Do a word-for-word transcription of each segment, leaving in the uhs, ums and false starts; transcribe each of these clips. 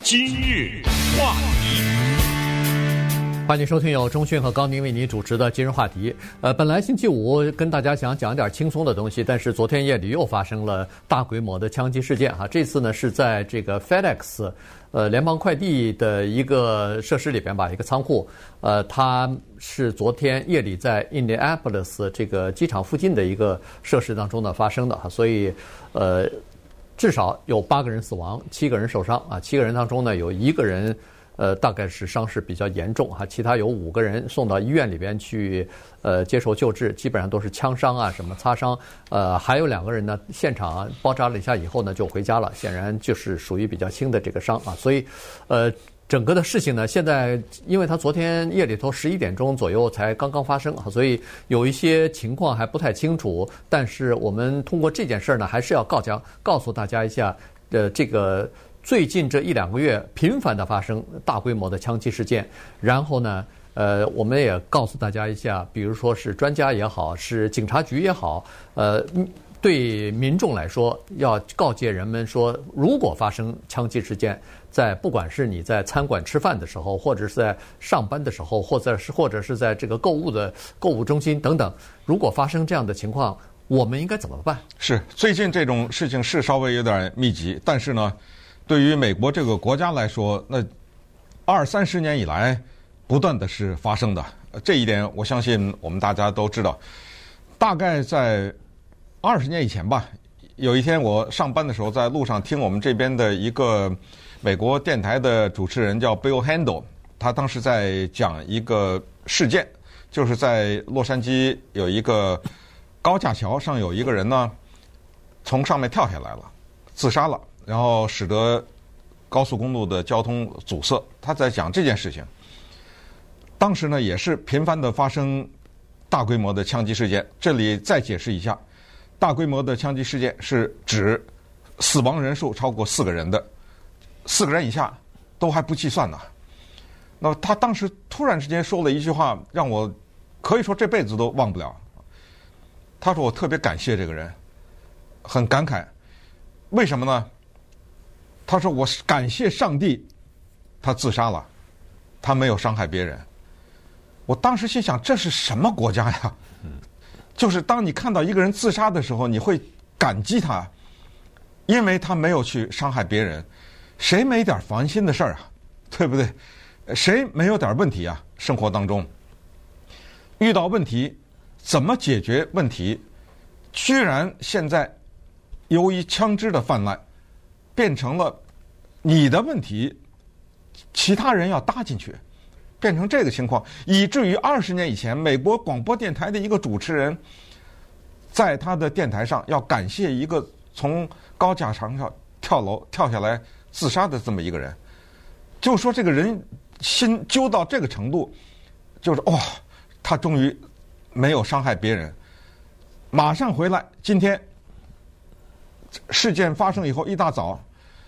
今日话题， 欢迎收听由钟迅和高宁为你主持的今日话题。呃，本来星期五跟大家想讲一点轻松的东西，但是昨天夜里又发生了大规模的枪击事件哈。这次呢是在这个 FedEx 呃联邦快递的一个设施里边吧，一个仓库。呃，它是昨天夜里在 Indianapolis 这个机场附近的一个设施当中呢发生的哈，所以呃。至少有八个人死亡，七个人受伤啊！七个人当中呢，有一个人，呃，大概是伤势比较严重哈，其他有五个人送到医院里边去，呃，接受救治，基本上都是枪伤啊，什么擦伤，呃，还有两个人呢，现场啊包扎了一下以后呢，就回家了，显然就是属于比较轻的这个伤啊，所以，呃。整个的事情呢，现在因为它昨天夜里头十一点钟左右才刚刚发生，所以有一些情况还不太清楚。但是我们通过这件事呢，还是要告讲告诉大家一下，呃，这个最近这一两个月频繁的发生大规模的枪击事件。然后呢，呃，我们也告诉大家一下，比如说是专家也好，是警察局也好，呃。对民众来说，要告诫人们说，如果发生枪击事件，在不管是你在餐馆吃饭的时候，或者是在上班的时候，或者是或者是在这个购物的购物中心等等，如果发生这样的情况，我们应该怎么办？ 是最近这种事情是稍微有点密集，但是呢，对于美国这个国家来说，那二三十年以来不断的是发生的，这一点我相信我们大家都知道。大概在二十年以前吧，有一天我上班的时候，在路上听我们这边的一个美国电台的主持人叫 Bill Handel， 他当时在讲一个事件，就是在洛杉矶有一个高架桥上有一个人呢，从上面跳下来了，自杀了，然后使得高速公路的交通阻塞。他在讲这件事情，当时呢也是频繁的发生大规模的枪击事件。这里再解释一下。大规模的枪击事件是指死亡人数超过四个人的，四个人以下都还不计算呢。那他当时突然之间说了一句话，让我可以说这辈子都忘不了。他说：“我特别感谢这个人，很感慨。为什么呢？他说我感谢上帝，他自杀了，他没有伤害别人。”我当时心想，这是什么国家呀？就是当你看到一个人自杀的时候，你会感激他，因为他没有去伤害别人。谁没点烦心的事儿啊？对不对？谁没有点问题啊？生活当中遇到问题，怎么解决问题？居然现在由于枪支的泛滥，变成了你的问题，其他人要搭进去。变成这个情况，以至于二十年以前，美国广播电台的一个主持人，在他的电台上要感谢一个从高架桥上跳楼跳下来自杀的这么一个人，就说这个人心揪到这个程度，就是哇、哦，他终于没有伤害别人。马上回来，今天事件发生以后一大早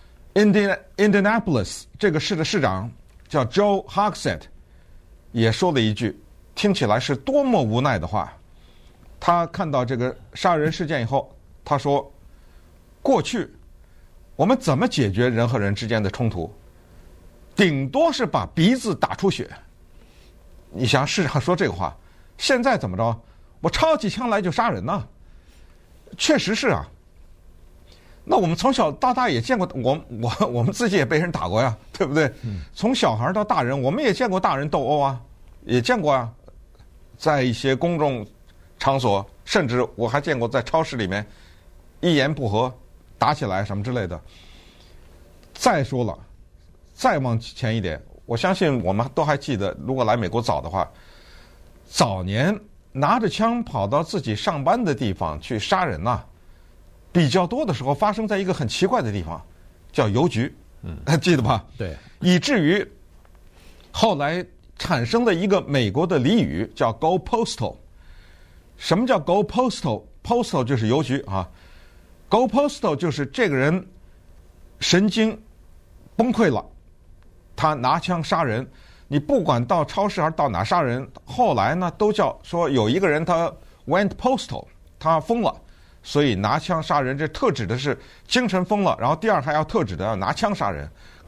，Indianapolis 这个市的市长叫 Joe Hogsett。也说了一句听起来是多么无奈的话。他看到这个杀人事件以后，他说：“过去我们怎么解决人和人之间的冲突？顶多是把鼻子打出血。你想市长说这个话，现在怎么着？我抄起枪来就杀人呢？确实是啊。那我们从小到大也见过，我我我们自己也被人打过呀，对不对？从小孩到大人，我们也见过大人斗殴啊，也见过啊，在一些公众场所，甚至我还见过在超市里面一言不合打起来什么之类的。再说了，再往前一点，我相信我们都还记得，如果来美国早的话，早年拿着枪跑到自己上班的地方去杀人呐、啊。比较多的时候发生在一个很奇怪的地方，叫邮局，嗯，记得吧？ 对， 以至于后来产生了一个美国的俚语，叫 "Go Postal"。什么叫 "Go Postal"？Postal 就是邮局啊 ，Go Postal 就是这个人神经崩溃了，他拿枪杀人。你不管到超市还是到哪杀人，后来呢都叫说有一个人他 went postal， 他疯了。所以拿枪杀人，这特指的是精神疯了，然后第二还要特指的要拿枪杀人。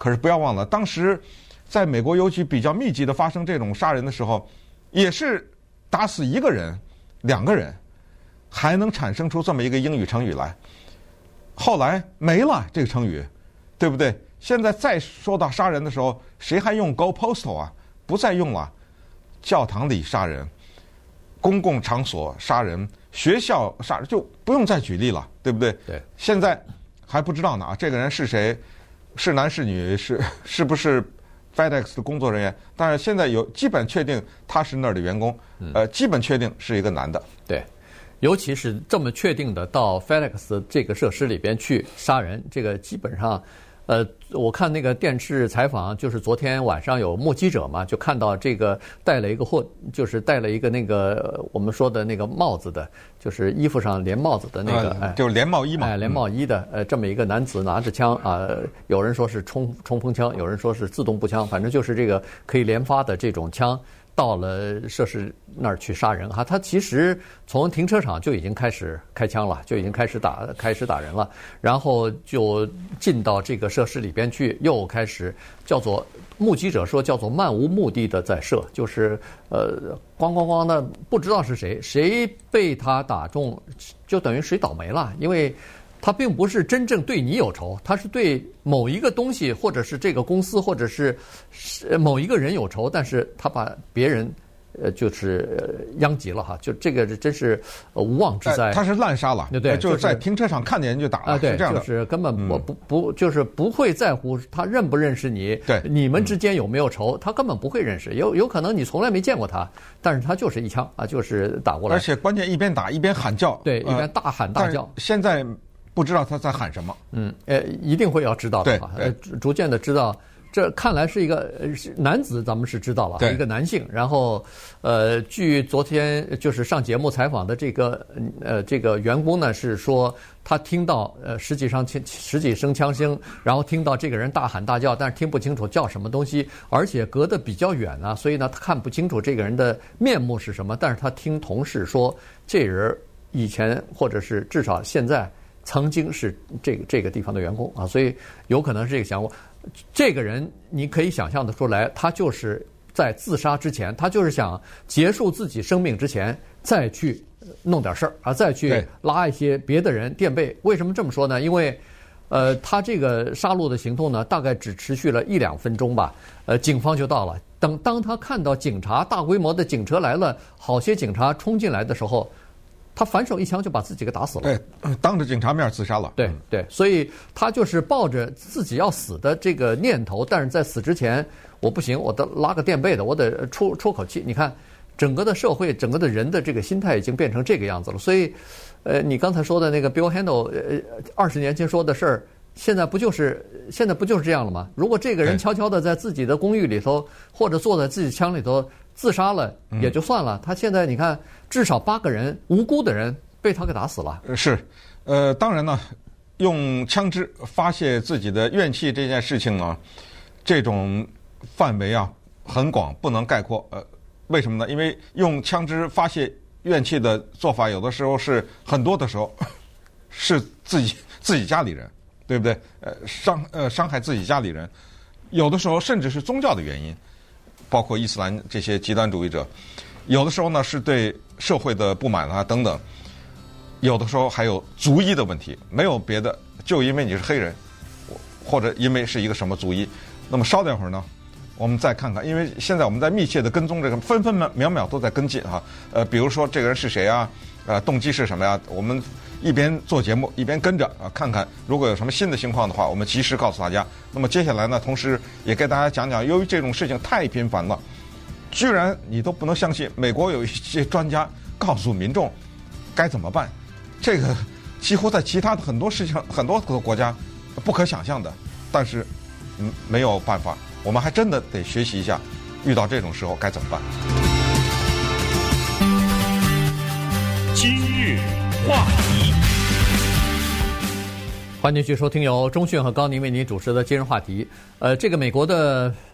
可是不要忘了，当时在美国尤其比较密集的发生这种杀人的时候，也是打死一个人、两个人，还能产生出这么一个英语成语来。后来没了这个成语，对不对？现在再说到杀人的时候，谁还用 go postal 啊？不再用了。教堂里杀人，公共场所杀人，学校杀人，就不用再举例了，对不对？ 对。 现在还不知道呢啊，这个人是谁？是男是女？是是不是 FedEx 的工作人员？当然，现在有基本确定他是那儿的员工，呃，基本确定是一个男的。 对。尤其是这么确定的到 FedEx 这个设施里边去杀人，这个基本上，呃，我看那个电视采访，就是昨天晚上有目击者嘛，就看到这个戴了一个或就是戴了一个那个我们说的那个帽子的，就是衣服上连帽子的那个， 哎，就是连帽衣嘛， 哎，连帽衣的，呃，这么一个男子拿着枪啊，有人说是冲冲锋枪，有人说是自动步枪，反正就是这个可以连发的这种枪。到了设施那儿去杀人哈，他其实从停车场就已经开始开枪了，就已经开始打开始打人了，然后就进到这个设施里边去，又开始叫做目击者说叫做漫无目的的在射，就是呃咣咣咣的，不知道是谁谁被他打中，就等于谁倒霉了，因为。他并不是真正对你有仇，他是对某一个东西，或者是这个公司，或者是某一个人有仇，但是他把别人，呃，就是殃及了哈，就这个真是无妄之灾。 他是滥杀了， 对对， 就是在停车场看见人就打了， 啊，对， 是这样的， 就是根本不不不，就是不会在乎他认不认识你， 对， 你们之间有没有仇，他根本不会认识，有有可能你从来没见过他，但是他就是一枪啊，就是打过来， 而且关键一边打一边喊叫， 对，一边大喊大叫。 现在。不知道他在喊什么， 嗯，呃，一定会要知道的啊，呃，逐渐的知道。这看来是一个男子，咱们是知道了，一个男性。然后，呃，据昨天就是上节目采访的这个呃这个员工呢，是说他听到呃十几声十几声枪声，然后听到这个人大喊大叫，但是听不清楚叫什么东西，而且隔得比较远啊，所以呢他看不清楚这个人的面目是什么。但是他听同事说，这人以前或者是至少现在。曾经是这个这个地方的员工啊，所以有可能是这个想法。这个人你可以想象得出来，他就是在自杀之前，他就是想结束自己生命之前，再去弄点事儿啊，再去拉一些别的人垫背。为什么这么说呢？因为，呃，他这个杀戮的行动呢，大概只持续了一两分钟吧，呃，警方就到了。等当他看到警察大规模的警车来了，好些警察冲进来的时候。他反手一枪就把自己给打死了， 对，当着警察面自杀了。 对对，所以他就是抱着自己要死的这个念头，但是在死之前，我不行，我得拉个垫背的，我得出出口气。你看，整个的社会，整个的人的这个心态已经变成这个样子了。所以，呃，你刚才说的那个 Bill Handel，呃，二十年前说的事儿，现在不就是现在不就是这样了吗？如果这个人悄悄的在自己的公寓里头，或者坐在自己枪里头自杀了，也就算了。他现在你看。至少八个人无辜的人被他给打死了。 是，呃，当然呢，用枪支发泄自己的怨气这件事情呢，这种范围啊很广，不能概括。呃，为什么呢？因为用枪支发泄怨气的做法，有的时候是很多的时候是自己自己家里人，对不对？呃，伤呃伤害自己家里人，有的时候甚至是宗教的原因，包括伊斯兰这些极端主义者。有的时候呢是对社会的不满啊等等，有的时候还有族裔的问题，没有别的，就因为你是黑人，或者因为是一个什么族裔。那么稍等会儿呢，我们再看看，因为现在我们在密切的跟踪这个，分分秒秒都在跟进啊。呃，比如说这个人是谁啊？呃，动机是什么呀？我们一边做节目一边跟着啊，看看如果有什么新的情况的话，我们及时告诉大家。那么接下来呢，同时也给大家讲讲，由于这种事情太频繁了。居然你都不能相信，美国有一些专家告诉民众该怎么办，这个几乎在其他的很多事情、很多个国家不可想象的，但是嗯没有办法，我们还真的得学习一下，遇到这种时候该怎么办。 今日话题， 欢迎继续收听由钟讯和高宁为您主持的今日话题。呃，这个美国的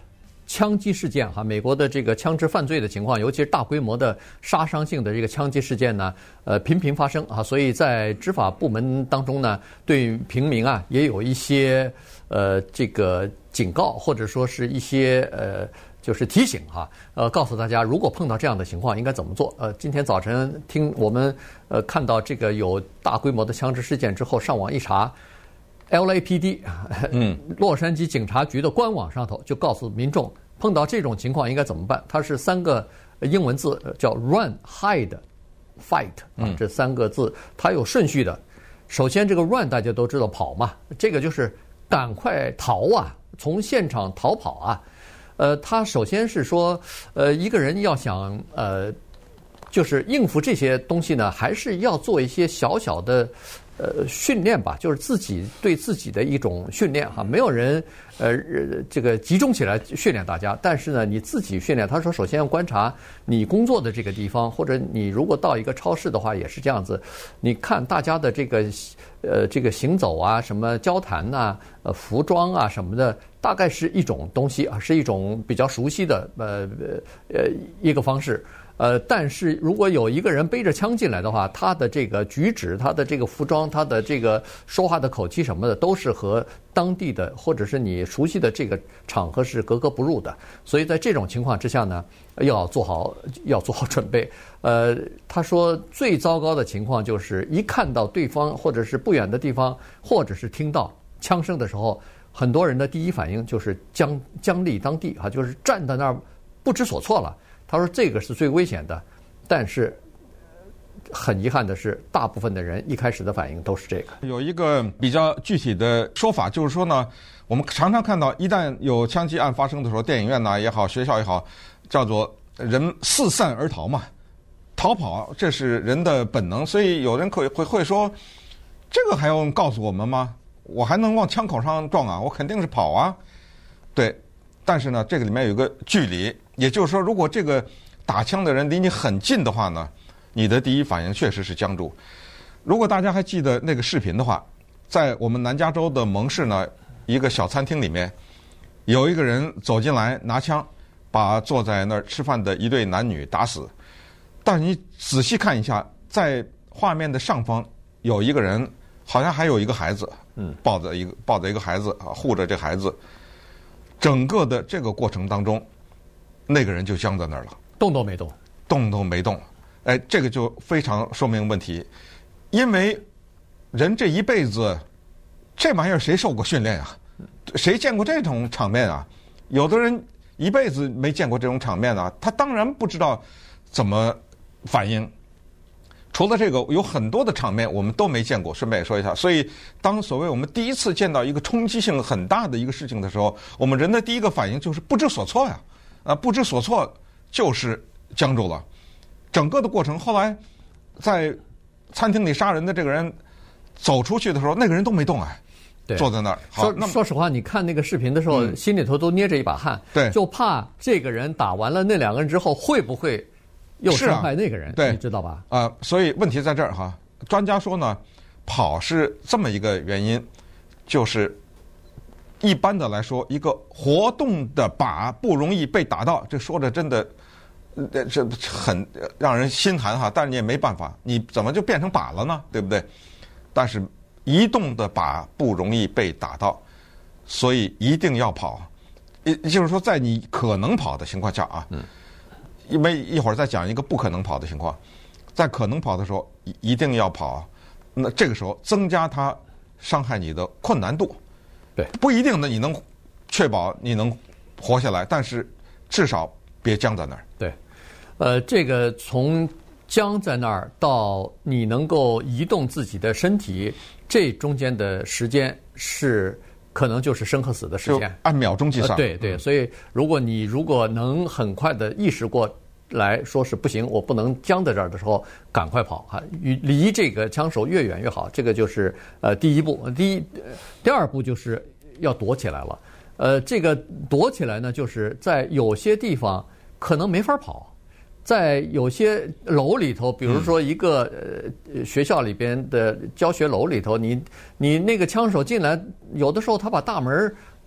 枪击事件哈，美国的这个枪支犯罪的情况，尤其是大规模的杀伤性的这个枪击事件呢，呃，频频发生啊，所以在执法部门当中呢，对平民啊也有一些呃这个警告，或者说是一些呃就是提醒哈，呃，告诉大家如果碰到这样的情况应该怎么做。呃，今天早晨听我们呃看到这个有大规模的枪支事件之后，上网一查。L A P D， 嗯，洛杉矶警察局的官网上头就告诉民众，碰到这种情况应该怎么办。它是三个英文字，叫 Run, Hide, Fight 啊，这三个字它有顺序的。首先，这个 Run 大家都知道跑嘛，这个就是赶快逃啊，从现场逃跑啊。呃，他首先是说，呃，一个人要想呃，就是应付这些东西呢，还是要做一些小小的。呃，训练吧，就是自己对自己的一种训练哈。没有人呃这个集中起来训练大家，但是呢，你自己训练。他说，首先要观察你工作的这个地方，或者你如果到一个超市的话，也是这样子。你看大家的这个呃这个行走啊，什么交谈呐、啊，呃服装啊什么的，大概是一种东西啊，是一种比较熟悉的呃呃一个方式。呃，但是如果有一个人背着枪进来的话，他的这个举止、他的这个服装、他的这个说话的口气什么的，都是和当地的或者是你熟悉的这个场合是格格不入的。所以在这种情况之下呢，要做好要做好准备。呃，他说最糟糕的情况就是一看到对方或者是不远的地方，或者是听到枪声的时候，很多人的第一反应就是僵僵立当地啊，就是站在那儿不知所措了。他说这个是最危险的，但是很遗憾的是，大部分的人一开始的反应都是这个。 有一个比较具体的说法，就是说呢，我们常常看到，一旦有枪击案发生的时候，电影院呢也好，学校也好，叫做人四散而逃嘛，逃跑这是人的本能。所以有人可会会说，这个还用告诉我们吗？我还能往枪口上撞啊？我肯定是跑啊。对，但是呢，这个里面有一个距离。也就是说，如果这个打枪的人离你很近的话呢，你的第一反应确实是僵住。如果大家还记得那个视频的话，在我们南加州的蒙市呢，一个小餐厅里面，有一个人走进来拿枪，把坐在那儿吃饭的一对男女打死。但是你仔细看一下，在画面的上方有一个人，好像还有一个孩子，嗯，抱着一个抱着一个孩子啊，护着这孩子。整个的这个过程当中，那个人就僵在那儿了， 动都没动， 动都没动。哎，这个就非常说明问题，因为人这一辈子，这玩意儿谁受过训练啊？谁见过这种场面啊？有的人一辈子没见过这种场面啊，他当然不知道怎么反应。除了这个，有很多的场面我们都没见过。顺便也说一下，所以当所谓我们第一次见到一个冲击性很大的一个事情的时候，我们人的第一个反应就是不知所措呀。啊，不知所措就是僵住了。整个的过程，后来在餐厅里杀人的这个人走出去的时候，那个人都没动哎，坐在那儿。好， 说说实话，你看那个视频的时候，嗯、心里头都捏着一把汗， 对， 就怕这个人打完了那两个人之后，会不会又伤害那个人？ 啊、对， 你知道吧？ 啊、呃，所以问题在这儿哈。专家说呢，跑是这么一个原因，就是。一般的来说，一个活动的靶不容易被打到，这说的真的，呃，这很让人心寒哈。但是你也没办法，你怎么就变成靶了呢？对不对？但是移动的靶不容易被打到，所以一定要跑。也就是说，在你可能跑的情况下啊，嗯，因为一会儿再讲一个不可能跑的情况，在可能跑的时候一定要跑。那这个时候增加它伤害你的困难度。 对， 不一定的你能确保你能活下来，但是至少别僵在那儿。 对，呃，这个从僵在那儿到你能够移动自己的身体，这中间的时间是可能就是生和死的时间， 按秒钟计算。 呃、对对、嗯，所以如果你如果能很快的意识过来说是不行，我不能僵在这儿的时候，赶快跑哈，离这个枪手越远越好。这个就是呃第一步，第一第二步就是要躲起来了。呃，这个躲起来呢，就是在有些地方可能没法跑，在有些楼里头，比如说一个呃学校里边的教学楼里头，你你那个枪手进来，有的时候他把大门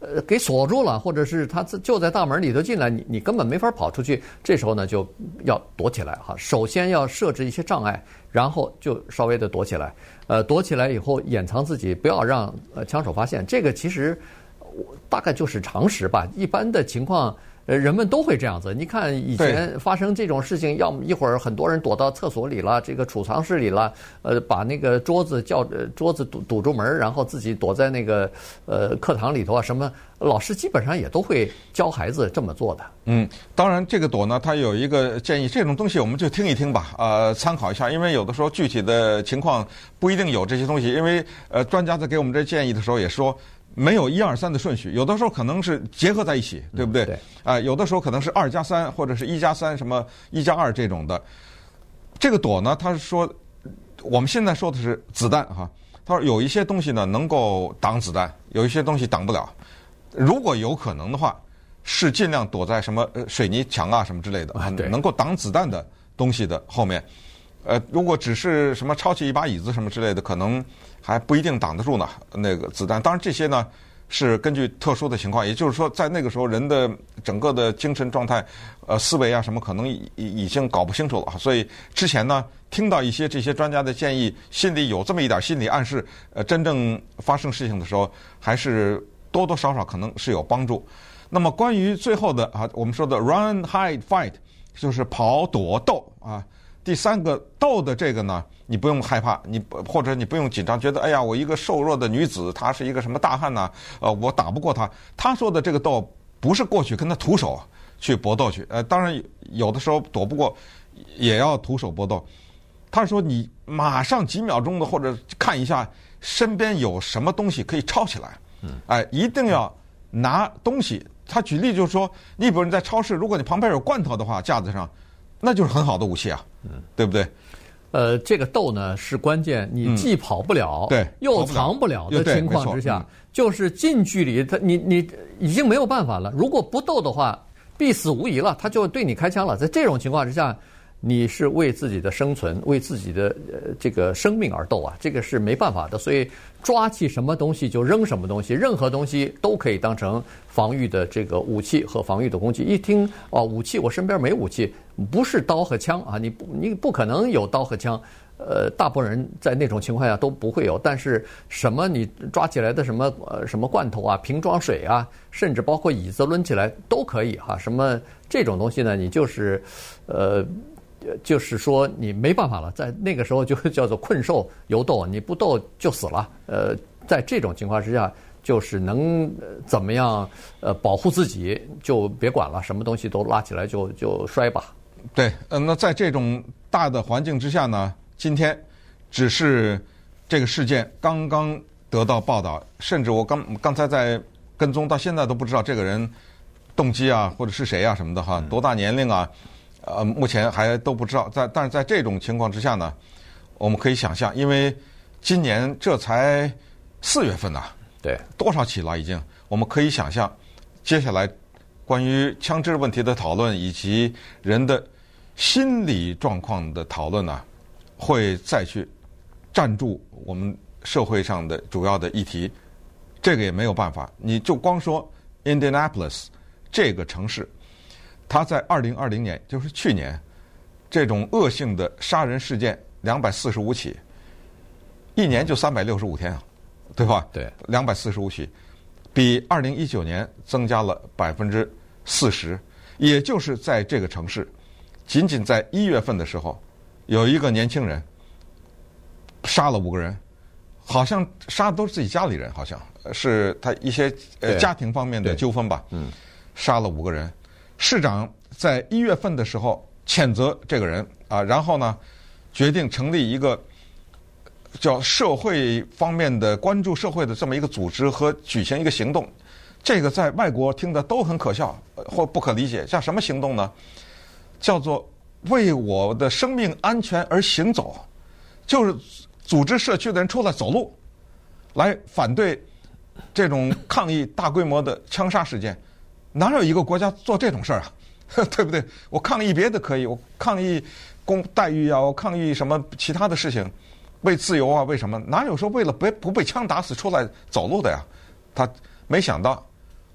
呃，给锁住了，或者是他就在大门里头进来，你你根本没法跑出去。这时候呢，就要躲起来哈。首先要设置一些障碍，然后就稍微的躲起来。呃，躲起来以后掩藏自己，不要让呃枪手发现。这个其实大概就是常识吧。一般的情况，呃，人们都会这样子。你看以前发生这种事情，要么一会儿很多人躲到厕所里了，这个储藏室里了，呃，把那个桌子叫桌子堵堵住门，然后自己躲在那个呃课堂里头啊，什么老师基本上也都会教孩子这么做的。 嗯，当然这个躲呢，它有一个建议，这种东西我们就听一听吧，呃，参考一下，因为有的时候具体的情况不一定有这些东西，因为呃，专家在给我们这建议的时候也说。没有一二三的顺序，有的时候可能是结合在一起，对不对？ 对。 啊、呃，有的时候可能是二加三，或者是一加三，什么一加二这种的。这个躲呢，他是说，我们现在说的是子弹哈。他说有一些东西呢能够挡子弹，有一些东西挡不了。如果有可能的话，是尽量躲在什么水泥墙啊什么之类的， 啊、 能够挡子弹的东西的后面。呃，如果只是什么抄起一把椅子什么之类的，可能还不一定挡得住呢。那个子弹，当然这些呢是根据特殊的情况，也就是说，在那个时候人的整个的精神状态、呃思维啊什么，可能已已经搞不清楚了。所以之前呢，听到一些这些专家的建议，心里有这么一点心理暗示，呃，真正发生事情的时候，还是多多少少可能是有帮助。那么关于最后的啊，我们说的 run, hide, fight， 就是跑、躲、斗啊。第三个斗的这个呢，你不用害怕，你或者你不用紧张，觉得哎呀，我一个瘦弱的女子，她是一个什么大汉呐、啊？呃，我打不过她。他说的这个斗不是过去跟他徒手去搏斗去，呃，当然有的时候躲不过，也要徒手搏斗。他说你马上几秒钟的或者看一下身边有什么东西可以抄起来，哎、呃，一定要拿东西。他举例就是说，你比如你在超市，如果你旁边有罐头的话，架子上。那就是很好的武器啊，嗯，对不对？ 呃，这个斗呢是关键，你既跑不了， 嗯、对， 又藏不了的情况之下，嗯、就是近距离，他你你已经没有办法了。如果不斗的话，必死无疑了，他就对你开枪了。在这种情况之下，你是为自己的生存、为自己的呃这个生命而斗啊，这个是没办法的。所以抓起什么东西就扔什么东西，任何东西都可以当成防御的这个武器和防御的工具。一听哦，武器，我身边没武器，不是刀和枪啊，你不你不可能有刀和枪。呃，大部分人在那种情况下都不会有，但是什么你抓起来的什么呃什么罐头啊、瓶装水啊，甚至包括椅子抡起来都可以哈、啊。什么这种东西呢？你就是呃。就是说你没办法了，在那个时候就叫做困兽犹斗，你不斗就死了。呃，在这种情况之下，就是能怎么样呃保护自己就别管了，什么东西都拉起来就就摔吧。 对，嗯、呃，那在这种大的环境之下呢，今天只是这个事件刚刚得到报道，甚至我刚刚才在跟踪，到现在都不知道这个人动机啊，或者是谁啊什么的哈，多大年龄啊？呃，目前还都不知道，在但是在这种情况之下呢，我们可以想象，因为今年这才四月份呐、啊， 对， 多少起了已经，我们可以想象，接下来关于枪支问题的讨论以及人的心理状况的讨论呢、啊，会再去占住我们社会上的主要的议题。这个也没有办法，你就光说 Indianapolis 这个城市。他在二零二零年，就是去年，这种恶性的杀人事件两百四十五起，一年就三百六十五天啊，对吧？ 对， 两百四十五起，比二零一九年增加了百分之四十。也就是在这个城市，仅仅在一月份的时候，有一个年轻人杀了五个人，好像杀的都是自己家里人，好像是他一些呃家庭方面的纠纷吧。嗯，杀了五个人。市长在一月份的时候谴责这个人啊，然后呢，决定成立一个叫社会方面的关注社会的这么一个组织和举行一个行动。这个在外国听的都很可笑或不可理解，叫什么行动呢？叫做为我的生命安全而行走，就是组织社区的人出来走路，来反对这种抗议大规模的枪杀事件。哪有一个国家做这种事儿啊？对不对？我抗议别的可以，我抗议公待遇啊，我抗议什么其他的事情，为自由啊，为什么？哪有说为了别不被枪打死出来走路的呀？他没想到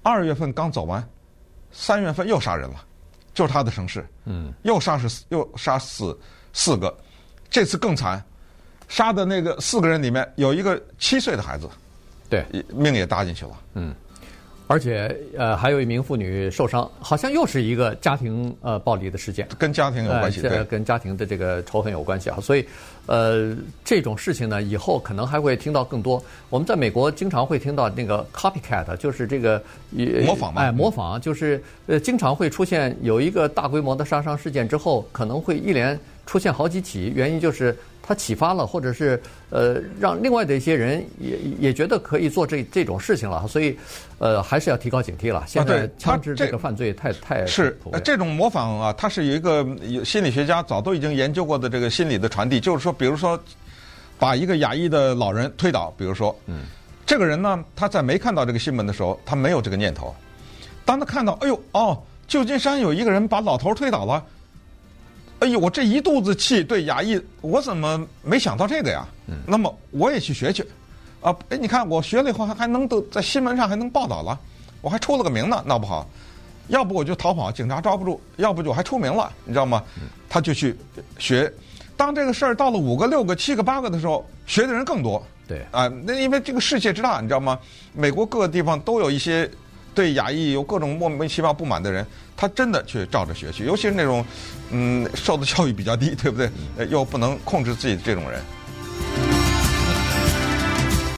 二月份刚走完，三月份又杀人了，就是他的城市，嗯，又杀死又杀死四个，这次更惨，杀的那个四个人里面有一个七岁的孩子， 对， 命也搭进去了， 嗯。而且，呃，还有一名妇女受伤，好像又是一个家庭呃暴力的事件， 跟家庭有关系， 呃、对，跟家庭的这个仇恨有关系啊。所以，呃，这种事情呢，以后可能还会听到更多。我们在美国经常会听到那个 copycat， 就是这个模仿嘛， 哎，模仿，就是呃，经常会出现有一个大规模的杀伤事件之后，可能会一连出现好几起，原因就是它启发了，或者是呃，让另外的一些人也也觉得可以做这这种事情了，所以呃，还是要提高警惕了。现在枪支这个犯罪太、啊、太是这种模仿啊，它是有一个心理学家早都已经研究过的这个心理的传递，就是说，比如说把一个亚裔的老人推倒，比如说，嗯，这个人呢，他在没看到这个新闻的时候，他没有这个念头，当他看到，哎呦哦，旧金山有一个人把老头推倒了。哎呦，我这一肚子气，对亚裔，我怎么没想到这个呀？嗯，那么我也去学去，啊，哎，你看我学了以后还还能得在新闻上还能报道了，我还出了个名呢，闹不好，要不我就逃跑，警察抓不住，要不就还出名了，你知道吗？他就去学，当这个事儿到了五个、六个、七个、八个的时候，学的人更多。 对啊，那因为这个世界之大，你知道吗？美国各个地方都有一些对亚裔有各种莫名其妙不满的人，他真的去照着学去，尤其是那种，嗯，受的教育比较低，对不对？又不能控制自己的这种人。